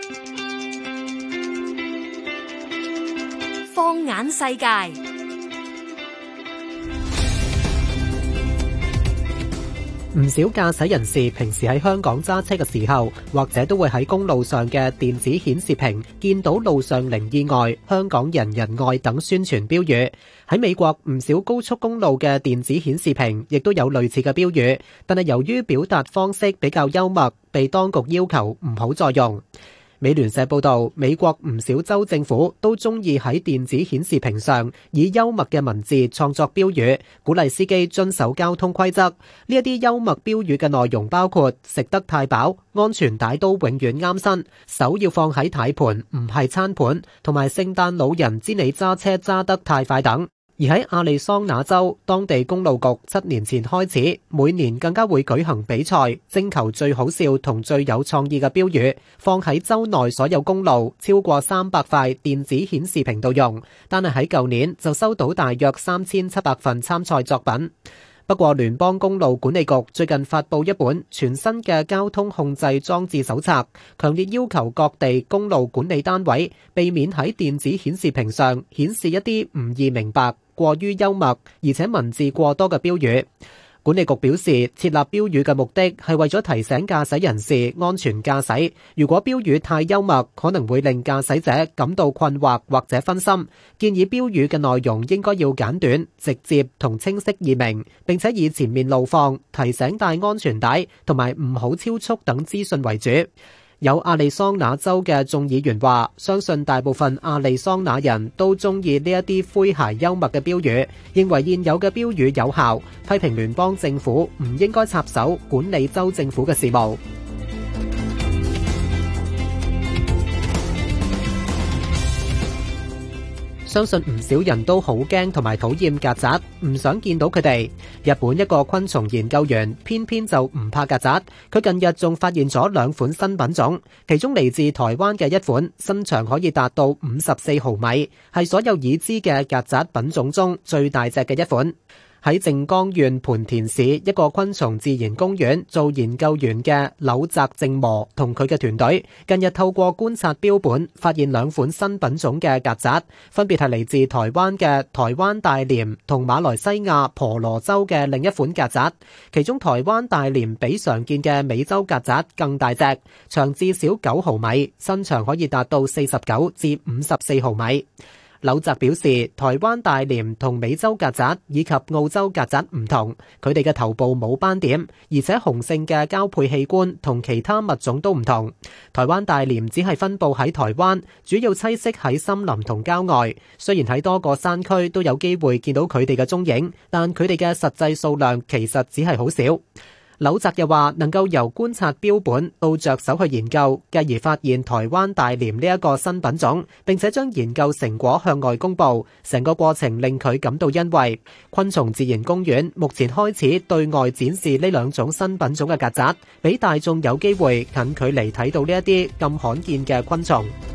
放眼世界。 唔少駕駛人士平時喺香港揸車嘅時候，或者都會喺公路上嘅電子顯示屏見到路上零意外、香港人人愛等宣傳標語。喺美國唔少高速公路嘅電子顯示屏亦都有類似嘅標語，但係由於表達方式比較幽默，被當局要求唔好再用。美聯社報道，美國唔少州政府都中意喺電子顯示屏上以幽默嘅文字創作標語，鼓勵司機遵守交通規則。呢一啲幽默標語嘅內容包括食得太飽、安全帶都永遠啱身、手要放喺軚盤唔係餐盤，同埋聖誕老人知你揸車揸得太快等。而喺亞利桑那州，當地公路局7年前開始，每年更加會舉行比賽，徵求最好笑同最有創意嘅標語，放喺州內所有公路超過300塊電子顯示屏度用。但係喺舊年就收到大約3700份參賽作品。不過，聯邦公路管理局最近發布一本全新嘅交通控制裝置手冊，強烈要求各地公路管理單位避免喺電子顯示屏上顯示一啲唔易明白、過於幽默而且文字過多嘅標語。管理局表示，設立標語嘅目的係為咗提醒駕駛人士安全駕駛。如果標語太幽默，可能會令駕駛者感到困惑或者分心。建議標語嘅內容應該要簡短、直接同清晰易明，並且以前面路況、提醒戴安全帶同埋唔好超速等資訊為主。有亞利桑那州嘅眾議員話，相信大部分亞利桑那人都中意呢一啲詼諧幽默嘅標語，認為現有嘅標語有效，批評聯邦政府唔應該插手管理州政府嘅事務。相信唔少人都好驚同埋討厭曱甴，唔想見到佢哋。日本一個昆蟲研究員偏偏就唔怕曱甴，佢近日仲發現咗2款新品種，其中嚟自台灣嘅一款身長可以達到54毫米，係所有已知嘅曱甴品種中最大隻嘅一款。喺靜岡縣磐田市一個昆蟲自然公園做研究員嘅柳澤正磨同佢嘅團隊，近日透過觀察標本，發現2款新品種嘅曱甴，分別係嚟自台灣嘅台灣大蠊同馬來西亞婆羅洲嘅另一款曱甴。其中台灣大蠊比常見嘅美洲曱甴更大隻，長至少9毫米，身長可以達到49至54毫米。柳澤表示，台灣大蠊同美洲曱甴以及澳洲曱甴唔同，佢哋嘅頭部冇斑點，而且雄性嘅交配器官同其他物種都唔同。台灣大蠊只係分布喺台灣，主要棲息喺森林同郊外。雖然喺多個山區都有機會見到佢哋嘅蹤影，但佢哋嘅實際數量其實只係好少。柳澤又話，能夠由觀察標本到着手去研究，繼而發現台灣大蠊呢一個新品種，並且將研究成果向外公佈，成個過程令佢感到欣慰。昆蟲自然公園目前開始對外展示呢2種新品種嘅曱甴，俾大眾有機會近距離睇到呢一啲咁罕見嘅昆蟲。